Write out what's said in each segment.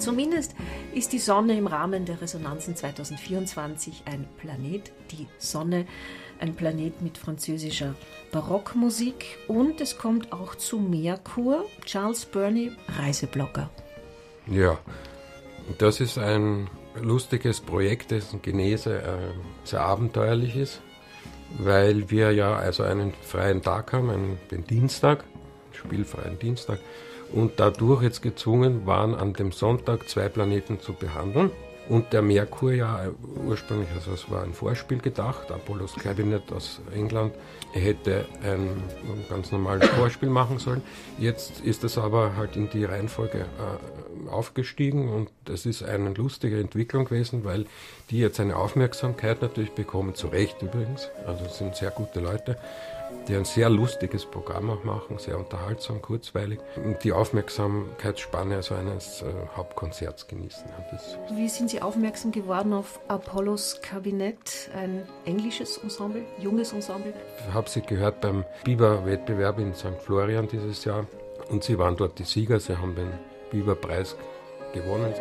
Zumindest ist die Sonne im Rahmen der Resonanzen 2024 ein Planet, die Sonne, ein Planet mit französischer Barockmusik, und es kommt auch zu Merkur. Charles Burney, Reiseblogger. Ja, das ist ein lustiges Projekt, dessen Genese sehr abenteuerlich ist, weil wir ja also einen freien Tag haben, den Dienstag, spielfreien Dienstag, und dadurch jetzt gezwungen waren, an dem Sonntag 2 Planeten zu behandeln. Und der Merkur ja ursprünglich, also es war ein Vorspiel gedacht, Apollos Kabinett aus England, er hätte ein ganz normales Vorspiel machen sollen. Jetzt ist es aber halt in die Reihenfolge aufgestiegen, und es ist eine lustige Entwicklung gewesen, weil die jetzt eine Aufmerksamkeit natürlich bekommen, zu Recht übrigens, also es sind sehr gute Leute, die ein sehr lustiges Programm auch machen, sehr unterhaltsam, kurzweilig, und die Aufmerksamkeitsspanne also eines Hauptkonzerts genießen. Ja, wie sind Sie aufmerksam geworden auf Apollos Kabinett, ein englisches Ensemble, junges Ensemble? Ich habe sie gehört beim Biber-Wettbewerb in St. Florian dieses Jahr, und sie waren dort die Sieger, sie haben den Biber-Preis gewonnen.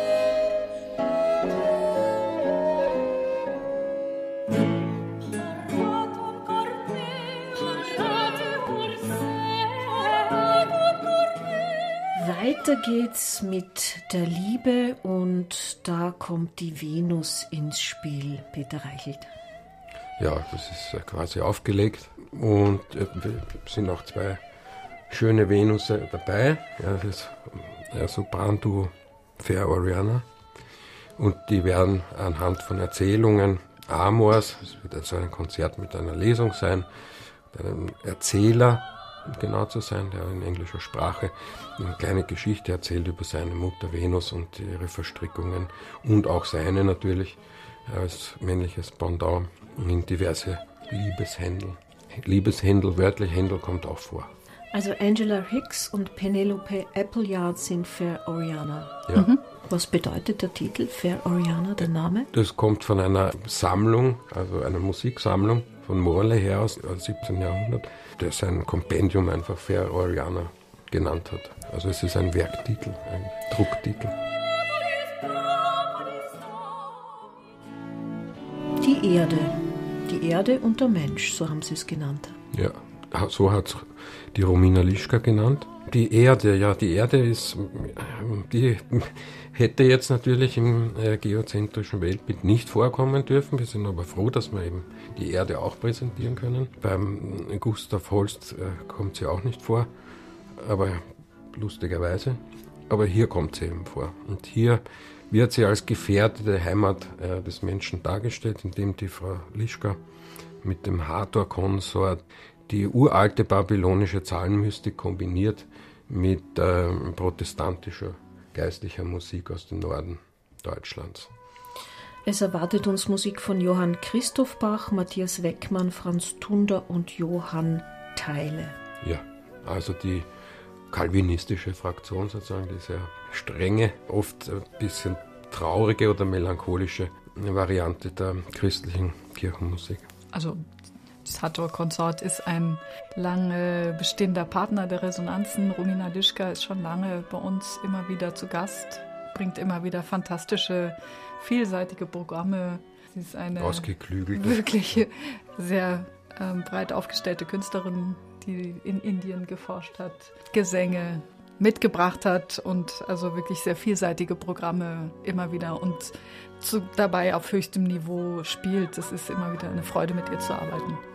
Weiter geht's mit der Liebe, und da kommt die Venus ins Spiel, Peter Reichelt. Ja, das ist quasi aufgelegt, und es sind auch 2 schöne Venusse dabei. Ja, das ist Sopran-Duo Fair Oriana, und die werden anhand von Erzählungen Amors, es wird also ein Konzert mit einer Lesung sein, einem Erzähler, um genau zu sein, der in englischer Sprache eine kleine Geschichte erzählt über seine Mutter Venus und ihre Verstrickungen, und auch seine natürlich als männliches Pendant in diverse Liebeshändel. Liebeshändel, wörtlich Händel kommt auch vor. Also Angela Hicks und Penelope Appleyard sind Fair Oriana. Ja. Mhm. Was bedeutet der Titel Fair Oriana, der Name? Das kommt von einer Sammlung, also einer Musiksammlung von Morley her aus 17. Jahrhundert, der sein Kompendium einfach Fair Oriana genannt hat. Also es ist ein Werktitel, ein Drucktitel. Die Erde und der Mensch, so haben sie es genannt. Ja, so hat es die Romina Lischka genannt. Die Erde ist, die hätte jetzt natürlich im geozentrischen Weltbild nicht vorkommen dürfen. Wir sind aber froh, dass wir eben die Erde auch präsentieren können. Beim Gustav Holst kommt sie auch nicht vor, aber lustigerweise. Aber hier kommt sie eben vor. Und hier wird sie als gefährdete Heimat des Menschen dargestellt, indem die Frau Lischka mit dem Hathor-Konsort die uralte babylonische Zahlenmystik kombiniert mit protestantischer geistlicher Musik aus dem Norden Deutschlands. Es erwartet uns Musik von Johann Christoph Bach, Matthias Weckmann, Franz Thunder und Johann Theile. Ja, also die kalvinistische Fraktion sozusagen, die sehr strenge, oft ein bisschen traurige oder melancholische Variante der christlichen Kirchenmusik. Also das Hathor-Konsort ist ein lange bestehender Partner der Resonanzen. Romina Lischka ist schon lange bei uns immer wieder zu Gast, bringt immer wieder fantastische, vielseitige Programme. Sie ist eine wirklich sehr breit aufgestellte Künstlerin, die in Indien geforscht hat, Gesänge mitgebracht hat und also wirklich sehr vielseitige Programme immer wieder und dabei auf höchstem Niveau spielt. Es ist immer wieder eine Freude, mit ihr zu arbeiten.